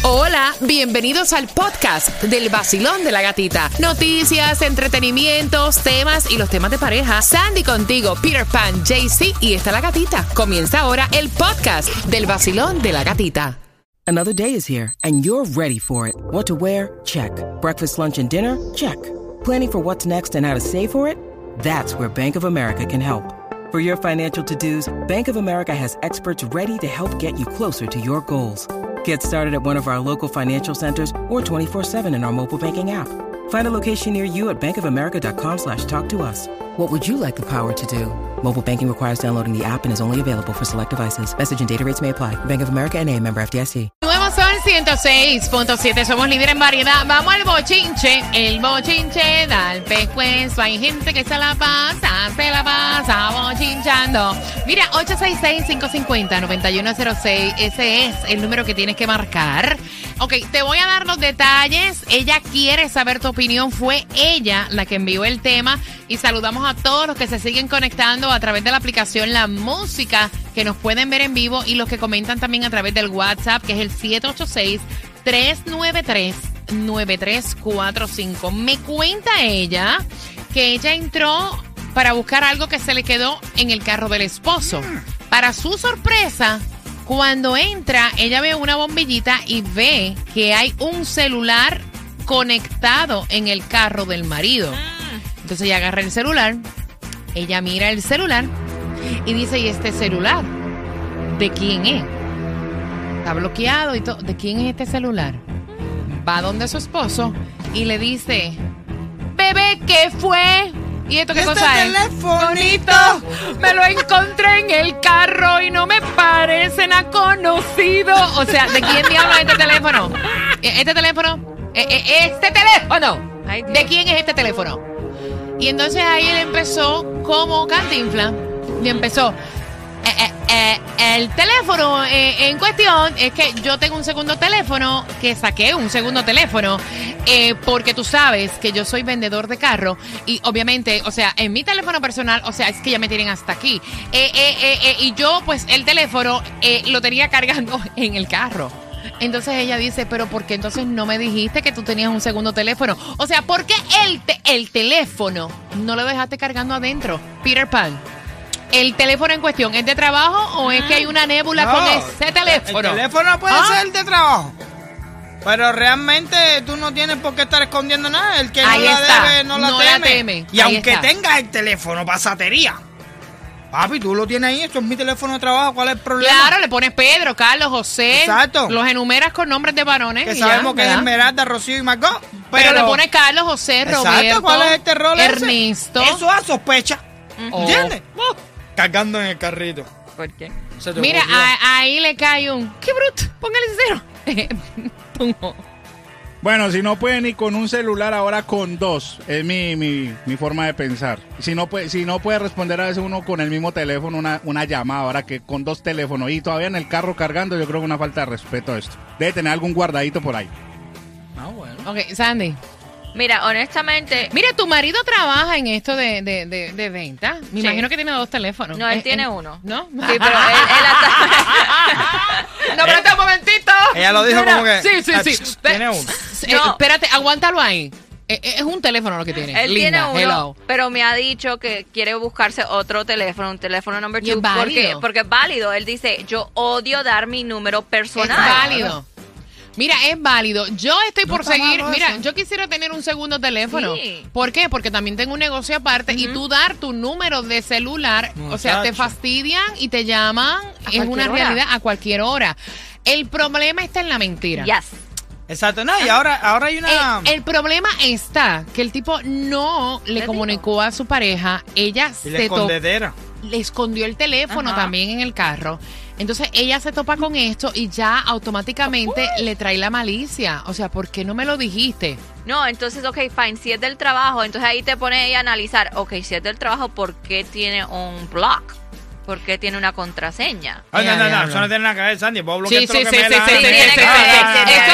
Hola, bienvenidos al podcast del Vacilón de la Gatita. Noticias, entretenimientos, temas y los temas de pareja. Sandy contigo, Peter Pan, JC y está la gatita. Comienza ahora el podcast del Vacilón de la Gatita. Another day is here and you're ready for it. What to wear? Check. Breakfast, lunch, and dinner? Check. Planning for what's next and how to save for it? That's where Bank of America can help. For your financial to-dos, Bank of America has experts ready to help get you closer to your goals. Get started at one of our local financial centers or 24/7 in our mobile banking app. Find a location near you at bankofamerica.com/talktous. What would you like the power to do? Mobile banking requires downloading the app and is only available for select devices. Message and data rates may apply. Bank of America N.A., member FDIC. Nuevo Sol 106.7, somos líder en variedad. Vamos al bochinche. El bochinche da el pescuezo. Hay gente que se la pasa bochinchando. Mira, 866-550-9106. Ese es el número que tienes que marcar. Ok, te voy a dar los detalles. Ella quiere saber tu opinión. Fue ella la que envió el tema. Y saludamos a todos los que se siguen conectando a través de la aplicación La Música, que nos pueden ver en vivo, y los que comentan también a través del WhatsApp, que es el 786-393-9345. Me cuenta ella que ella entró para buscar algo que se le quedó en el carro del esposo. Para su sorpresa, cuando entra, ella ve una bombillita y ve que hay un celular conectado en el carro del marido. Entonces ella agarra el celular, ella mira el celular y dice, ¿y este celular? ¿De quién es? Está bloqueado y todo. ¿De quién es este celular? Va donde su esposo y le dice, bebé, ¿qué fue? ¿Y esto qué cosa es? Bonito, me lo encontré en el carro y no me parece nada conocido. O sea, ¿de quién diablos es este teléfono? ¿Este teléfono? ¿Este teléfono? ¿De quién es este teléfono? Y entonces ahí él empezó como Cantinflas y empezó, el teléfono en cuestión es que yo tengo un segundo teléfono, que saqué un segundo teléfono, porque tú sabes que yo soy vendedor de carro y obviamente, o sea, en mi teléfono personal, o sea, es que ya me tienen hasta aquí. Y yo, pues, el teléfono lo tenía cargando en el carro. Entonces ella dice, pero ¿por qué entonces no me dijiste que tú tenías un segundo teléfono? O sea, ¿por qué el teléfono no lo dejaste cargando adentro? Peter Pan, ¿el teléfono en cuestión es de trabajo o es que hay una nébula con ese teléfono? El teléfono puede ser de trabajo, pero realmente tú no tienes por qué estar escondiendo nada. El que no la debe, no la teme. Y ahí aunque tengas el teléfono pasatería, papi, tú lo tienes ahí, esto es mi teléfono de trabajo, ¿cuál es el problema? Claro, le pones Pedro, Carlos, José. Exacto. Los enumeras con nombres de varones. Que sabemos que es Esmeralda, Rocío y Margot. Pero le pones Carlos, José, Roberto. ¿Cuál es este rol Ernesto. Eso a sospecha. ¿Entiendes? Cargando en el carrito. ¿Por qué? Mira, ahí le cae un... ¡Qué bruto! Póngale cero. Bueno, si no puede ni con un celular, ahora con dos. Es mi forma de pensar. Si no puede responder a veces uno con el mismo teléfono, una llamada, ahora que con dos teléfonos y todavía en el carro cargando, yo creo que una falta de respeto a esto. Debe tener algún guardadito por ahí. Ah, bueno. Ok, Sandy. Mira, honestamente... Mira, tu marido trabaja en esto de venta. Me imagino que tiene dos teléfonos. No, él tiene uno. ¿No? Sí, pero él hasta... No, pero un momentito. Ella lo dijo. Mira, como que... Sí. Tiene uno. No. Espérate, aguántalo ahí. Es un teléfono lo que tiene. Él Linda, tiene uno, hello. pero me ha dicho que quiere buscarse otro teléfono, un teléfono number 2. Porque es válido. Él dice, yo odio dar mi número personal. Es válido. Mira, es válido. Yo estoy por seguir. Mira, yo quisiera tener un segundo teléfono. Sí. ¿Por qué? Porque también tengo un negocio aparte y tú dar tu número de celular, o sea, te fastidian y te llaman. Es una realidad a cualquier hora. El problema está en la mentira. Yes. Exacto, no, y ahora hay una... El problema está que el tipo no le comunicó a su pareja, ella le escondió el teléfono también en el carro. Entonces ella se topa con esto y ya automáticamente le trae la malicia. O sea, ¿por qué no me lo dijiste? No, entonces, ok, fine, si es del trabajo, entonces ahí te pone ella a analizar, ok, si es del trabajo, ¿por qué tiene un block? ¿Por qué tiene una contraseña? No, eso no tiene nada que ver, Sandy. Puedo bloquear todo lo que me dé la gana. Eso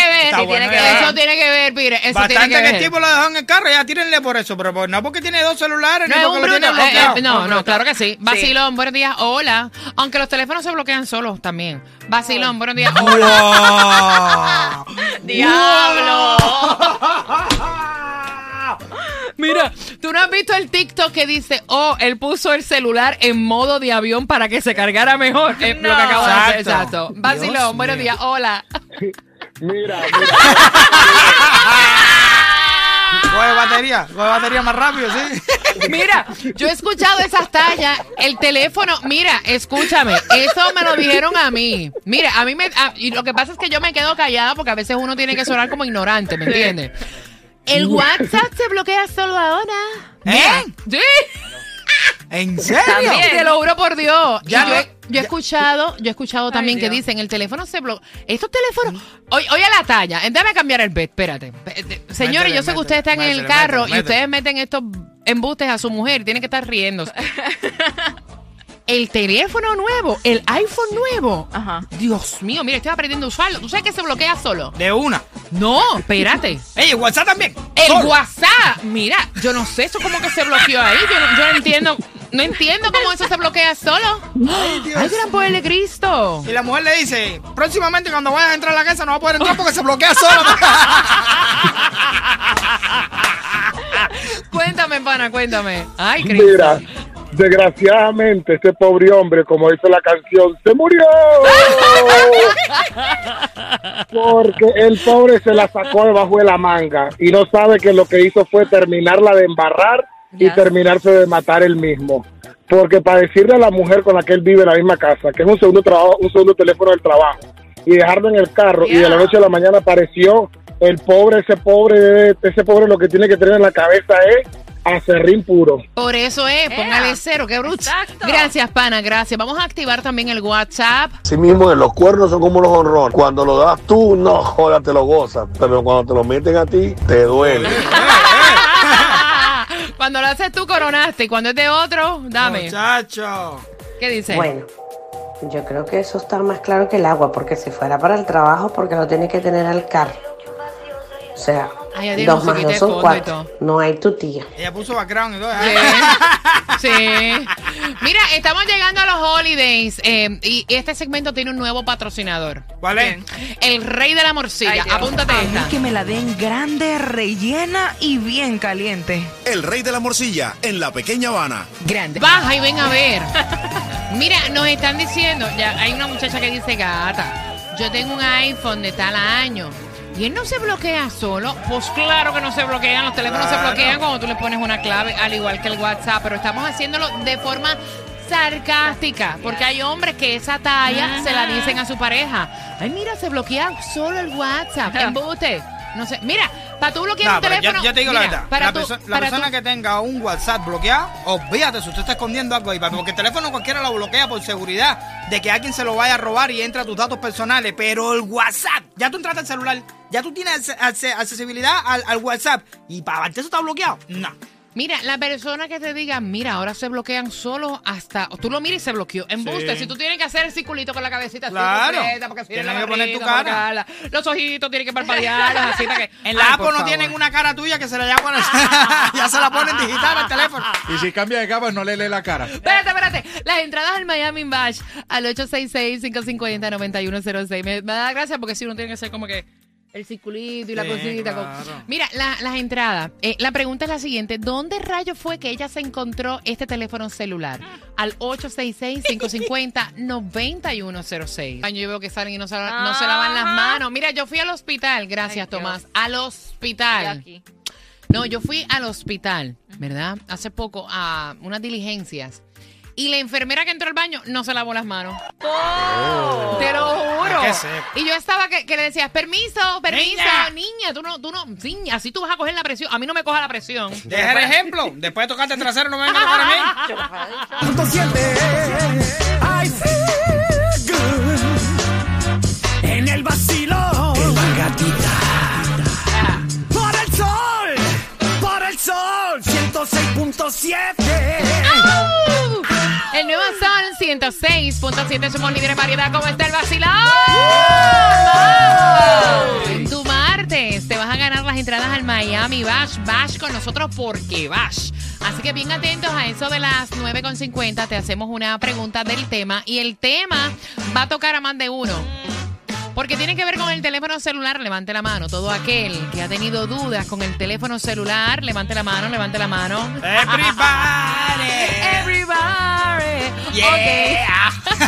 tiene que ver, Pire. Eso bastante tiene que ver. Que el tipo lo dejó en el carro, ya tírenle por eso. Pero no porque tiene dos celulares, no ni porque lo tiene bloqueado. No, claro que sí. Vacilón, buenos días, hola. Aunque los teléfonos se bloquean solos también. Vacilón, buenos días, hola. ¿Tú no has visto el TikTok que dice, él puso el celular en modo de avión para que se cargara mejor? Lo que acabo de hacer, exacto. Vacilón, buenos días, hola. Mira. Coge batería más rápido, sí. Mira, yo he escuchado esas tallas, el teléfono, mira, escúchame, eso me lo dijeron a mí. Mira, y lo que pasa es que yo me quedo callada porque a veces uno tiene que sonar como ignorante, ¿me entiendes? El WhatsApp se bloquea solo ahora. Sí. ¿En serio? Te lo juro por Dios. Yo he escuchado también que dicen el teléfono se bloquea. Estos teléfonos, oye la talla, déjame cambiar el bed, espérate. Señores, yo sé que ustedes están en el carro y ustedes meten estos embustes a su mujer, tienen que estar riéndose. El teléfono nuevo, el iPhone nuevo. Ajá. Dios mío, mira, estoy aprendiendo a usarlo. ¿Tú sabes que se bloquea solo? De una. No, espérate. ¿El WhatsApp también? El WhatsApp. Mira, yo no sé, eso como que se bloqueó ahí. Yo no entiendo. No entiendo cómo eso se bloquea solo. Ay, Dios. Ay, gran poder de Cristo. Y la mujer le dice, próximamente cuando vayas a entrar a la casa no va a poder entrar porque se bloquea solo. Cuéntame, pana, cuéntame. Ay, Cristo. Mira, desgraciadamente este pobre hombre, como dice la canción, se murió. Porque el pobre se la sacó debajo de la manga y no sabe que lo que hizo fue terminarla de embarrar y terminarse de matar él mismo. Porque para decirle a la mujer con la que él vive en la misma casa, que es un segundo teléfono del trabajo, y dejarlo en el carro, y de la noche a la mañana apareció el pobre, ese pobre lo que tiene que tener en la cabeza es acerrín puro. Por eso póngale 0, qué bruto. Gracias, pana, gracias. Vamos a activar también el WhatsApp. Así mismo, los cuernos son como los honrones. Cuando lo das tú, no jodas, te lo gozas. Pero cuando te lo meten a ti, te duele. Cuando lo haces tú, coronaste. Y cuando es de otro, dame. Muchacho. ¿Qué dice? Bueno, yo creo que eso está más claro que el agua. Porque si fuera para el trabajo, porque lo tiene que tener al carro. O sea, 2 más 2 son 4. No hay tu tía. Ella puso background y todo. Sí. Mira, estamos llegando a los holidays y este segmento tiene un nuevo patrocinador. ¿Cuál es? El Rey de la Morcilla. Apúntate esta. Que me la den grande, rellena y bien caliente. El Rey de la Morcilla en La Pequeña Habana. Grande. Baja y ven a ver. Mira, nos están diciendo, ya hay una muchacha que dice, gata, yo tengo un iPhone de tal año. ¿Y él no se bloquea solo? Pues claro que no se bloquean. Los teléfonos se bloquean cuando tú le pones una clave, al igual que el WhatsApp. Pero estamos haciéndolo de forma sarcástica. Porque hay hombres que esa talla se la dicen a su pareja. Ay, mira, se bloquea solo el WhatsApp. Embuste. No sé. Mira, para tú bloquear un teléfono... Yo te digo la verdad. La persona que tenga un WhatsApp bloqueado, olvídate si usted está escondiendo algo ahí. Porque el teléfono cualquiera lo bloquea por seguridad de que alguien se lo vaya a robar y entra a tus datos personales. Pero el WhatsApp, ya tú entraste al celular, ya tú tienes accesibilidad al WhatsApp y para eso está bloqueado. No. Mira, la persona que te diga, mira, ahora se bloquean solo hasta... Tú lo miras y se bloqueó. Embuste, si tú tienes que hacer el circulito con la cabecita claro. así, porque si tienes que poner tu cara. Los ojitos tienen que parpadear, así para que... En la Apple no tienen una cara tuya que se la llaman... ya se la ponen digital al teléfono. Y si cambia de capa, no le lee la cara. Espérate. Las entradas al Miami Bash al 866-550-9106. Me da gracia porque si uno tiene que ser como que... el circulito y la cosita. Claro. Mira, las entradas. La pregunta es la siguiente. ¿Dónde rayos fue que ella se encontró este teléfono celular? Al 866-550-9106. Yo veo que salen y no se lavan las manos. Mira, yo fui al hospital. Gracias, Tomás. Al hospital. No, yo fui al hospital, ¿verdad? Hace poco a unas diligencias. Y la enfermera que entró al baño no se lavó las manos. ¡Oh! Te lo juro. Y yo estaba que le decías, permiso, niña, tú no, niña, así tú vas a coger la presión. A mí no me coja la presión. Deja el ejemplo. Después de tocarte el trasero, no me vengas a tocar a mí. I feel good. En el vacilón. En la gatita. Por el sol, 106.7. El nuevo Sol 106.7, somos líderes de variedad. ¿Cómo está el vacilón? En tu martes te vas a ganar las entradas al Miami Bash. Bash con nosotros porque Bash. Así que bien atentos a eso de las 9:50. Te hacemos una pregunta del tema y el tema va a tocar a más de uno. Porque tiene que ver con el teléfono celular, levante la mano. Todo aquel que ha tenido dudas con el teléfono celular, levante la mano, levante la mano. Everybody. Everybody. Yeah.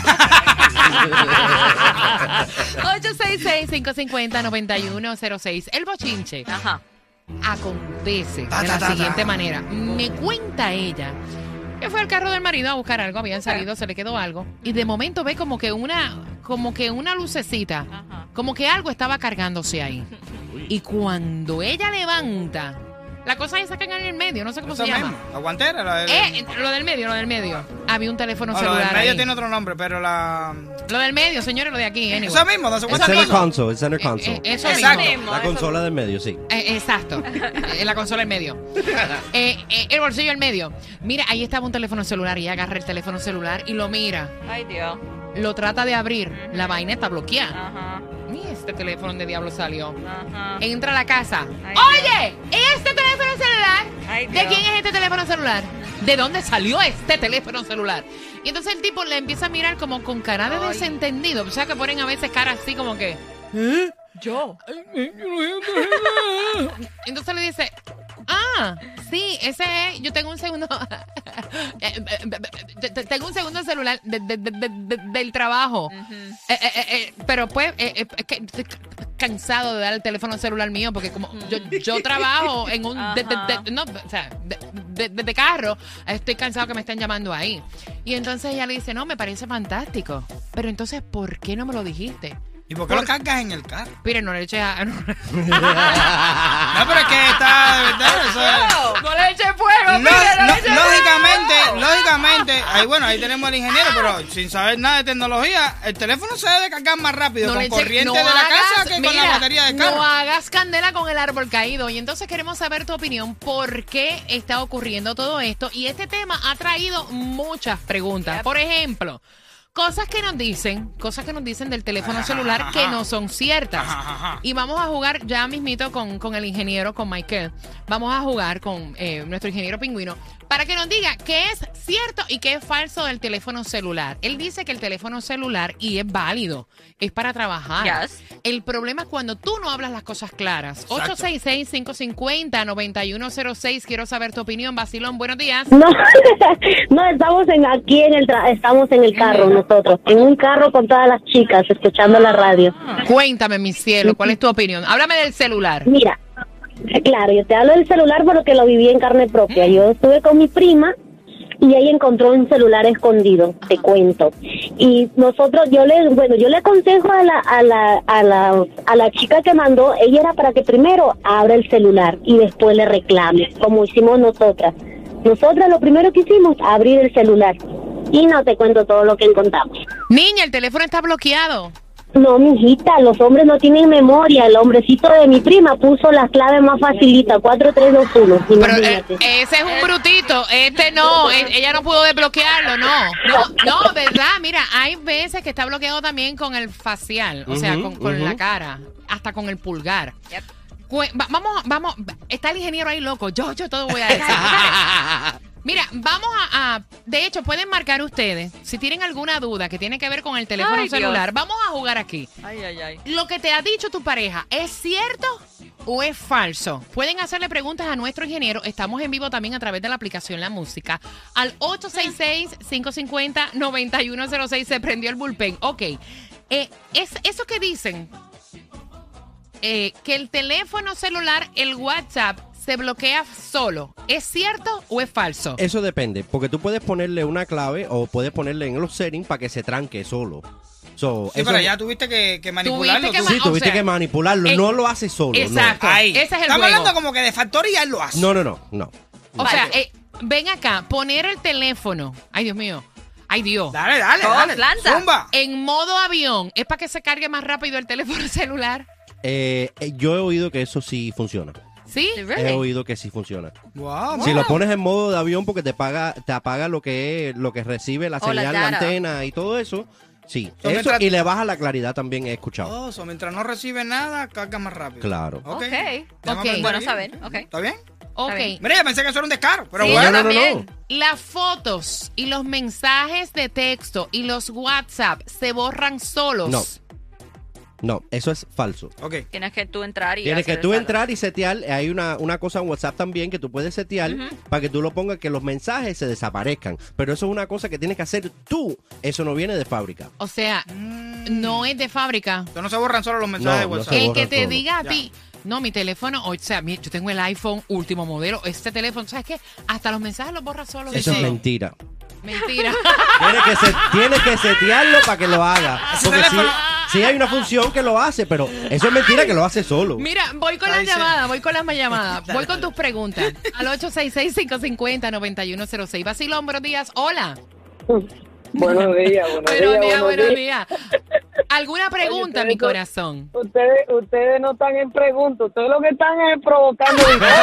Okay. 866-550-9106. El bochinche. Ajá. Acontece de la siguiente manera. Me cuenta ella que fue al carro del marido a buscar algo, habían salido, se le quedó algo y de momento ve como que una lucecita, como que algo estaba cargándose ahí. Y cuando ella levanta, la cosa esa que en el medio, no sé cómo se llama. La guantera, lo del medio. Había un teléfono celular. Lo del medio ahí. Tiene otro nombre, pero Lo del medio, señores, lo de aquí. Anyway. Eso mismo, no se cuenta. El center console. Eso mismo. La consola del medio, sí. Exacto. La consola en medio. El bolsillo en medio. Mira, ahí estaba un teléfono celular y ella agarra el teléfono celular y lo mira. Ay, Dios. Lo trata de abrir. La vaina está bloqueada. Ajá. Mira, este teléfono de diablo salió. Ajá. Entra a la casa. Ay, Oye, ¿este teléfono celular? Ay, ¿De Dios. quién es este teléfono celular? ¿De dónde salió este teléfono celular? Y entonces el tipo le empieza a mirar como con cara de desentendido. O sea, que ponen a veces cara así como que... ¿Yo? Entonces le dice... Sí, ese es... Yo tengo un segundo... tengo un segundo celular del trabajo. Pero pues... que estoy cansado de dar el teléfono celular mío porque como yo trabajo en un... de carro, estoy cansado que me estén llamando ahí. Y entonces ella le dice, no, me parece fantástico. Pero entonces, ¿por qué no me lo dijiste? ¿Y por qué lo cargas en el carro? Mire, no le eches a... No, pero es que está, de verdad, eso es... No le eches fuego, lógicamente, ahí tenemos al ingeniero, pero sin saber nada de tecnología, el teléfono se debe cargar más rápido con corriente de la casa que con la batería del carro. No hagas candela con el árbol caído. Y entonces queremos saber tu opinión, por qué está ocurriendo todo esto. Y este tema ha traído muchas preguntas. Por ejemplo... Cosas que nos dicen del teléfono celular que no son ciertas. Y vamos a jugar ya mismito con el ingeniero, con Michael. Vamos a jugar con nuestro ingeniero pingüino para que nos diga qué es cierto y qué es falso del teléfono celular. Él dice que el teléfono celular, y es válido, es para trabajar. Yes. El problema es cuando tú no hablas las cosas claras. 866-550-9106. Quiero saber tu opinión. Vacilón, buenos días. No, estamos estamos en el carro nosotros, en un carro con todas las chicas escuchando la radio. Cuéntame, mi cielo, ¿cuál es tu opinión? Háblame del celular. Mira, claro, yo te hablo del celular porque lo viví en carne propia. Yo estuve con mi prima y ella encontró un celular escondido, te cuento. Y nosotros, yo le aconsejo a la chica que mandó, ella era para que primero abra el celular y después le reclame, como hicimos nosotras. Nosotras lo primero que hicimos, abrir el celular. Y no te cuento todo lo que encontramos. Niña, el teléfono está bloqueado. No, mijita, los hombres no tienen memoria. El hombrecito de mi prima puso las claves más facilitas, 4321. Pero ese es un brutito, este no, ella no pudo desbloquearlo, no, ¿verdad? Mira, hay veces que está bloqueado también con el facial, o sea, con la cara, hasta con el pulgar. Yep. Vamos, está el ingeniero ahí loco, yo todo voy a decir. Mira, vamos de hecho, pueden marcar ustedes, si tienen alguna duda que tiene que ver con el teléfono celular, vamos a jugar aquí. Ay. Lo que te ha dicho tu pareja, ¿es cierto o es falso? Pueden hacerle preguntas a nuestro ingeniero, estamos en vivo también a través de la aplicación La Música, al 866-550-9106, se prendió el bullpen. Ok, es eso que dicen, que el teléfono celular, el WhatsApp, se bloquea solo. ¿Es cierto o es falso? Eso depende, porque tú puedes ponerle una clave o puedes ponerle en los settings para que se tranque solo. Pero ya tuviste que manipularlo. Tuviste que manipularlo. No lo hace solo. Exacto. No. Ahí. Ese es el Estamos juego. hablando como que de factoría él lo hace. No. O sea, ven acá, poner el teléfono. Ay, Dios mío. Ay, Dios. Dale. Zumba. En modo avión, ¿es para que se cargue más rápido el teléfono celular? Yo he oído que eso sí funciona. ¿Sí? He oído que sí funciona. Wow. Si lo pones en modo de avión porque te apaga lo que recibe la señal de antena y todo eso. Sí, eso y le baja la claridad también he escuchado. Mientras no recibe nada, carga más rápido. Claro. Okay. Bueno saber. Okay. ¿Está bien? Ok. Mira, pensé que eso era un descaro, pero sí, bueno. No. Las fotos y los mensajes de texto y los WhatsApp se borran solos. No. No, eso es falso. Okay. Tienes que tú entrar y setear. Hay una cosa en WhatsApp también que tú puedes setear para que tú lo pongas, que los mensajes se desaparezcan. Pero eso es una cosa que tienes que hacer tú. Eso no viene de fábrica. O sea, no es de fábrica. Entonces no se borran solo los mensajes de WhatsApp. El que te diga a ti, no, mi teléfono, o sea, yo tengo el iPhone último modelo, este teléfono, ¿sabes qué? Hasta los mensajes los borra solo. Eso es mentira. Mentira. Tienes que setearlo para que lo haga. Porque sí hay una función que lo hace, pero eso es mentira que lo hace solo. Mira, voy con las llamadas, voy con tus preguntas. Al 866-550-9106. Vacilón, buenos días. Hola. Buenos días. ¿Alguna pregunta, mi corazón? Ustedes no están en preguntas, ustedes lo que están es provocando.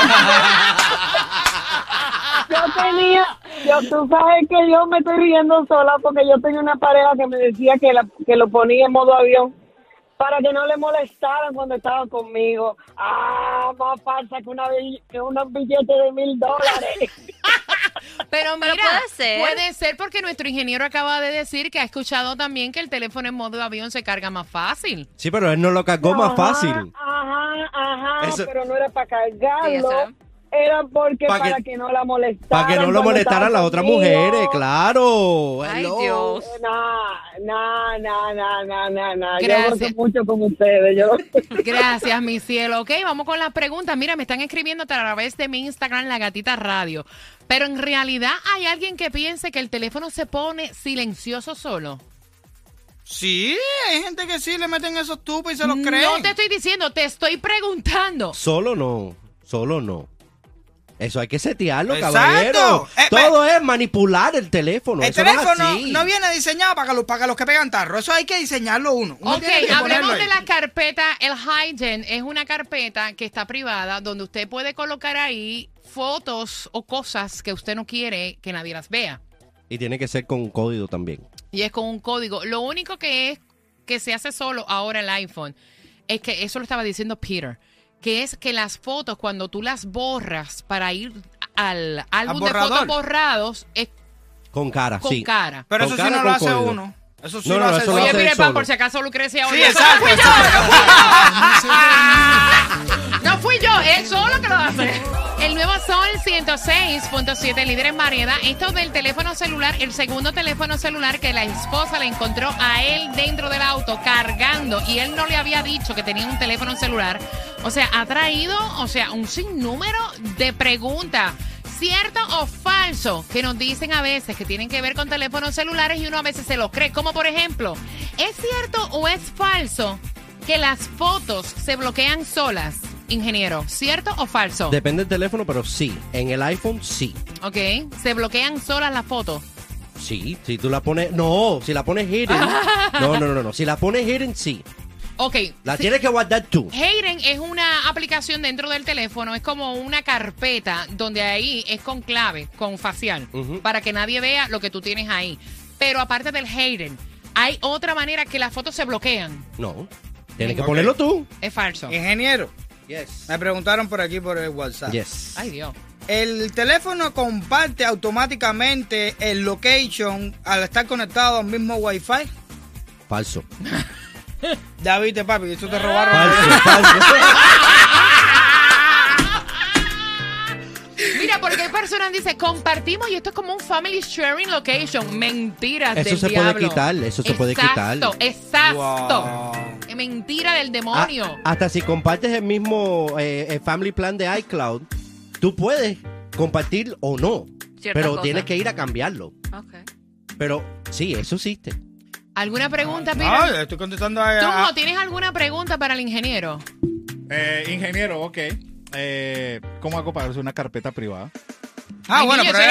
Tú sabes que yo me estoy riendo sola porque yo tenía una pareja que me decía que lo ponía en modo avión para que no le molestaran cuando estaban conmigo. Más falsa que unos billetes de $1,000. Pero mira, puede ser porque nuestro ingeniero acaba de decir que ha escuchado también que el teléfono en modo avión se carga más fácil. Sí, pero él no lo cargó más fácil. Pero no era para cargarlo. Sí, era porque para que no la molestaran. Para que no lo molestaran las otras mujeres, claro. Ay, Dios. No. Yo gozo mucho con ustedes. Gracias, mi cielo. Ok, vamos con las preguntas. Mira, me están escribiendo a través de mi Instagram, La Gatita Radio. Pero en realidad, ¿hay alguien que piense que el teléfono se pone silencioso solo? Sí, hay gente que sí le meten esos tupos y se los creen. No te estoy diciendo, te estoy preguntando. Solo no. Eso hay que setearlo, caballero. Todo es manipular el teléfono. El teléfono no viene diseñado para los que pegan tarro. Eso hay que diseñarlo uno. Ok, hablemos de la carpeta. El Hidden es una carpeta que está privada donde usted puede colocar ahí fotos o cosas que usted no quiere que nadie las vea. Y tiene que ser con un código también. Y es con un código. Lo único que se hace solo ahora el iPhone es que eso lo estaba diciendo Peter, que es que las fotos, cuando tú las borras para ir al álbum de fotos borrados, es con cara. Pero con eso sí no lo hace código. Uno. Eso sí lo hace uno. Oye, mire, por si acaso Lucrecia... Sí, exacto. No fui yo, él solo que lo hace. El nuevo Sol 106.7, líder en variedad. Esto del teléfono celular, el segundo teléfono celular que la esposa le encontró a él dentro del auto cargando y él no le había dicho que tenía un teléfono celular. O sea, ha traído, un sinnúmero de preguntas. ¿Cierto o falso? Que nos dicen a veces que tienen que ver con teléfonos celulares y uno a veces se lo cree. Como por ejemplo, ¿es cierto o es falso que las fotos se bloquean solas? Ingeniero, ¿cierto o falso? Depende del teléfono, pero sí. En el iPhone, sí. Ok. ¿Se bloquean solas las fotos? Sí. Si tú la pones... No, si la pones hidden... No. Si la pones hidden, sí. Ok. La tienes que guardar tú. Hayden es una aplicación dentro del teléfono, es como una carpeta donde ahí es con clave, con facial, para que nadie vea lo que tú tienes ahí. Pero aparte del Hayden, ¿hay otra manera que las fotos se bloquean? No. Tienes que ponerlo tú. Es falso. Ingeniero. Yes. Me preguntaron por aquí por el WhatsApp. Yes. Ay, Dios. ¿El teléfono comparte automáticamente el location al estar conectado al mismo Wi-Fi? Falso. Ya viste, papi, eso te robaron. Falso. Mira, porque hay personas que dicen, compartimos y esto es como un family sharing location. Mentiras del diablo. Eso se puede quitar. Exacto. Wow. Es mentira del demonio. Hasta si compartes el mismo family plan de iCloud, tú puedes compartir o no. Pero tienes que ir a cambiarlo. Okay. Pero sí, eso existe. ¿Alguna pregunta, Peter? No, estoy contestando a... ¿Tú no tienes alguna pregunta para el ingeniero? Ingeniero, ok. ¿Cómo hago para hacer una carpeta privada? Bueno, pero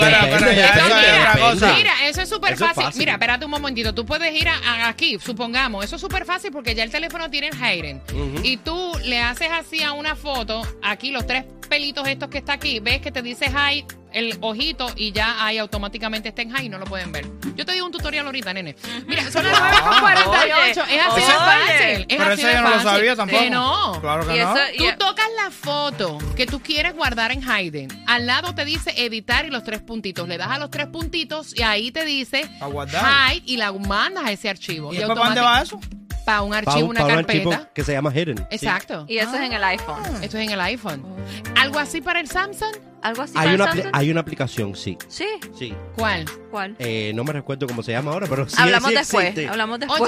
mira, eso es súper fácil. Mira, espérate un momentito. Tú puedes ir aquí, supongamos. Eso es súper fácil porque ya el teléfono tiene el Hayden. Y tú le haces así a una foto, aquí los 3 pelitos estos que está aquí, ves que te dice hi, el ojito, y ya ahí automáticamente está en high y no lo pueden ver. Yo te digo un tutorial ahorita, nene. Mira, son las 9:48. Es así de fácil. Pero eso yo no lo sabía tampoco. No. Claro que no. Tú tocas la foto que tú quieres guardar en Hayden. Al lado te dice editar y los 3 puntitos. Le das a los 3 puntitos y ahí te dice hide y la mandas a ese archivo. ¿Y después para dónde va eso? Para un archivo, una carpeta. Un archivo que se llama Hidden. Exacto. Sí. Y eso es en el iPhone. Esto es en el iPhone. ¿Algo así para el Samsung? ¿Algo así para el Samsung? Hay una aplicación, sí. ¿Sí? Sí. ¿Cuál? No me recuerdo cómo se llama ahora, pero sí. Hablamos sí después. existe. Hablamos después.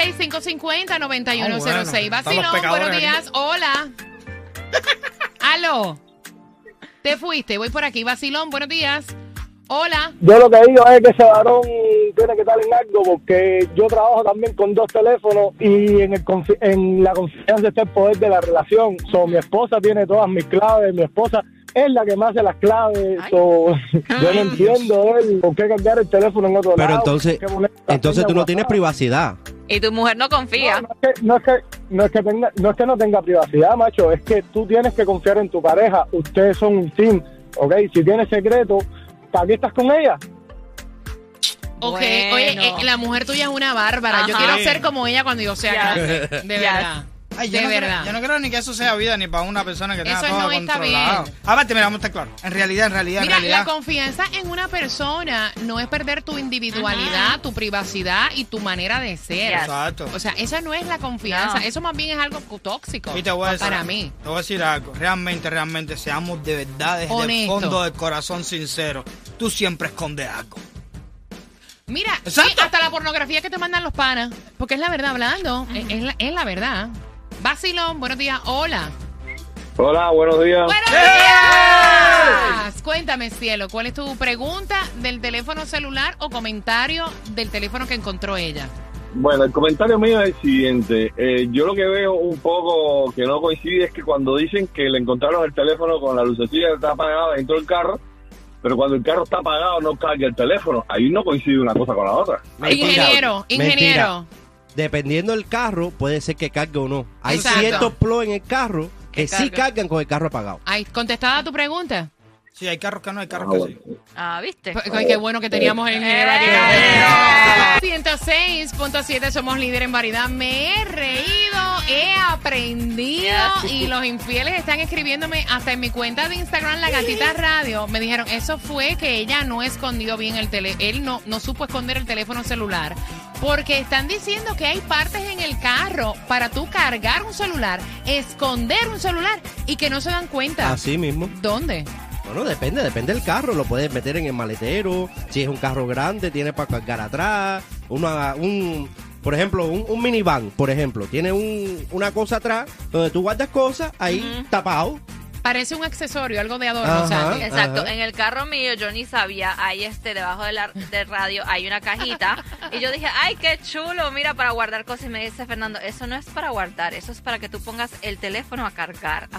866-550-9106. Vacilón, buenos días. Hola. Aló. Te fuiste. Voy por aquí. Vacilón, buenos días. Hola. Yo lo que digo es que ese varón tiene que estar en algo, porque yo trabajo también con 2 teléfonos y en la confianza está el poder de la relación. Mi esposa tiene todas mis claves, mi esposa es la que me hace las claves. Yo no entiendo por qué cambiar el teléfono en otro lado. Pero entonces tú no tienes privacidad. Y tu mujer no confía. No es que no tenga privacidad, macho. Es que tú tienes que confiar en tu pareja. Ustedes son un team, ¿ok? Si tienes secreto, ¿para qué estás con ella? Ok, bueno. Oye, la mujer tuya es una bárbara. Ajá. Yo quiero ser como ella cuando yo sea grande. De verdad. Ay, yo no creo ni que eso sea vida ni para una persona que tenga eso todo no controlado. Aparte, mira, vamos a estar claros. En realidad. Mira, la confianza en una persona no es perder tu individualidad, tu privacidad y tu manera de ser. Exacto. O sea, esa no es la confianza. No. Eso más bien es algo tóxico para mí. Te voy a decir algo. Realmente, seamos de verdad, desde el fondo del corazón sincero. Tú siempre escondes algo. Mira, sí, hasta la pornografía que te mandan los panas. Porque es la verdad hablando. Es la verdad. Vacilón, buenos días. Hola. Hola, buenos días. ¡Buenos días! Cuéntame, cielo, ¿cuál es tu pregunta del teléfono celular o comentario del teléfono que encontró ella? Bueno, el comentario mío es el siguiente. Yo lo que veo un poco que no coincide es que cuando dicen que le encontraron el teléfono con la lucecilla que está apagada dentro del carro, pero cuando el carro está apagado no carga el teléfono. Ahí no coincide una cosa con la otra. Ingeniero. Mentira. Dependiendo del carro, puede ser que cargue o no. Hay ciertos plos en el carro que sí cargan con el carro apagado. ¿Contestada tu pregunta? Sí, hay carros que no, hay carros que sí. ¿Viste? Qué bueno que teníamos el ingeniero aquí. 106.7, somos líder en variedad. Me he reído, he aprendido y los infieles están escribiéndome hasta en mi cuenta de Instagram, La Gatita Radio. Me dijeron, eso fue que ella no escondió bien el teléfono. Él no supo esconder el teléfono celular. Porque están diciendo que hay partes en el carro para tú cargar un celular, esconder un celular y que no se dan cuenta. Así mismo. ¿Dónde? Bueno, depende del carro. Lo puedes meter en el maletero. Si es un carro grande, tiene para cargar atrás. Por ejemplo, un minivan, por ejemplo. Tiene una cosa atrás donde tú guardas cosas ahí tapado. Parece un accesorio, algo de adorno, Sandy. Exacto. En el carro mío yo ni sabía, hay debajo del radio hay una cajita y yo dije, ay, qué chulo, mira, para guardar cosas. Y me dice Fernando, eso no es para guardar, eso es para que tú pongas el teléfono a cargar.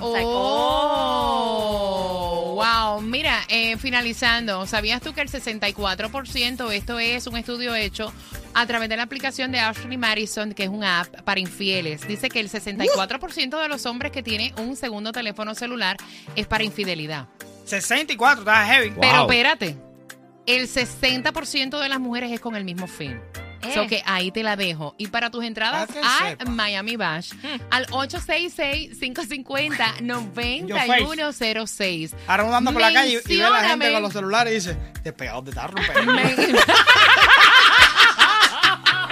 Wow. Mira, finalizando, ¿sabías tú que el 64%, esto es un estudio hecho a través de la aplicación de Ashley Madison, que es una app para infieles? Dice que el 64% de los hombres que tienen un segundo teléfono celular es para infidelidad. 64, está heavy. Pero espérate, el 60% de las mujeres es con el mismo fin. So que ahí te la dejo. Y para tus entradas a Miami Bash, al 866-550-9106. Ahora uno anda por la calle y ve a la gente con los celulares y dice, despegados de tarro.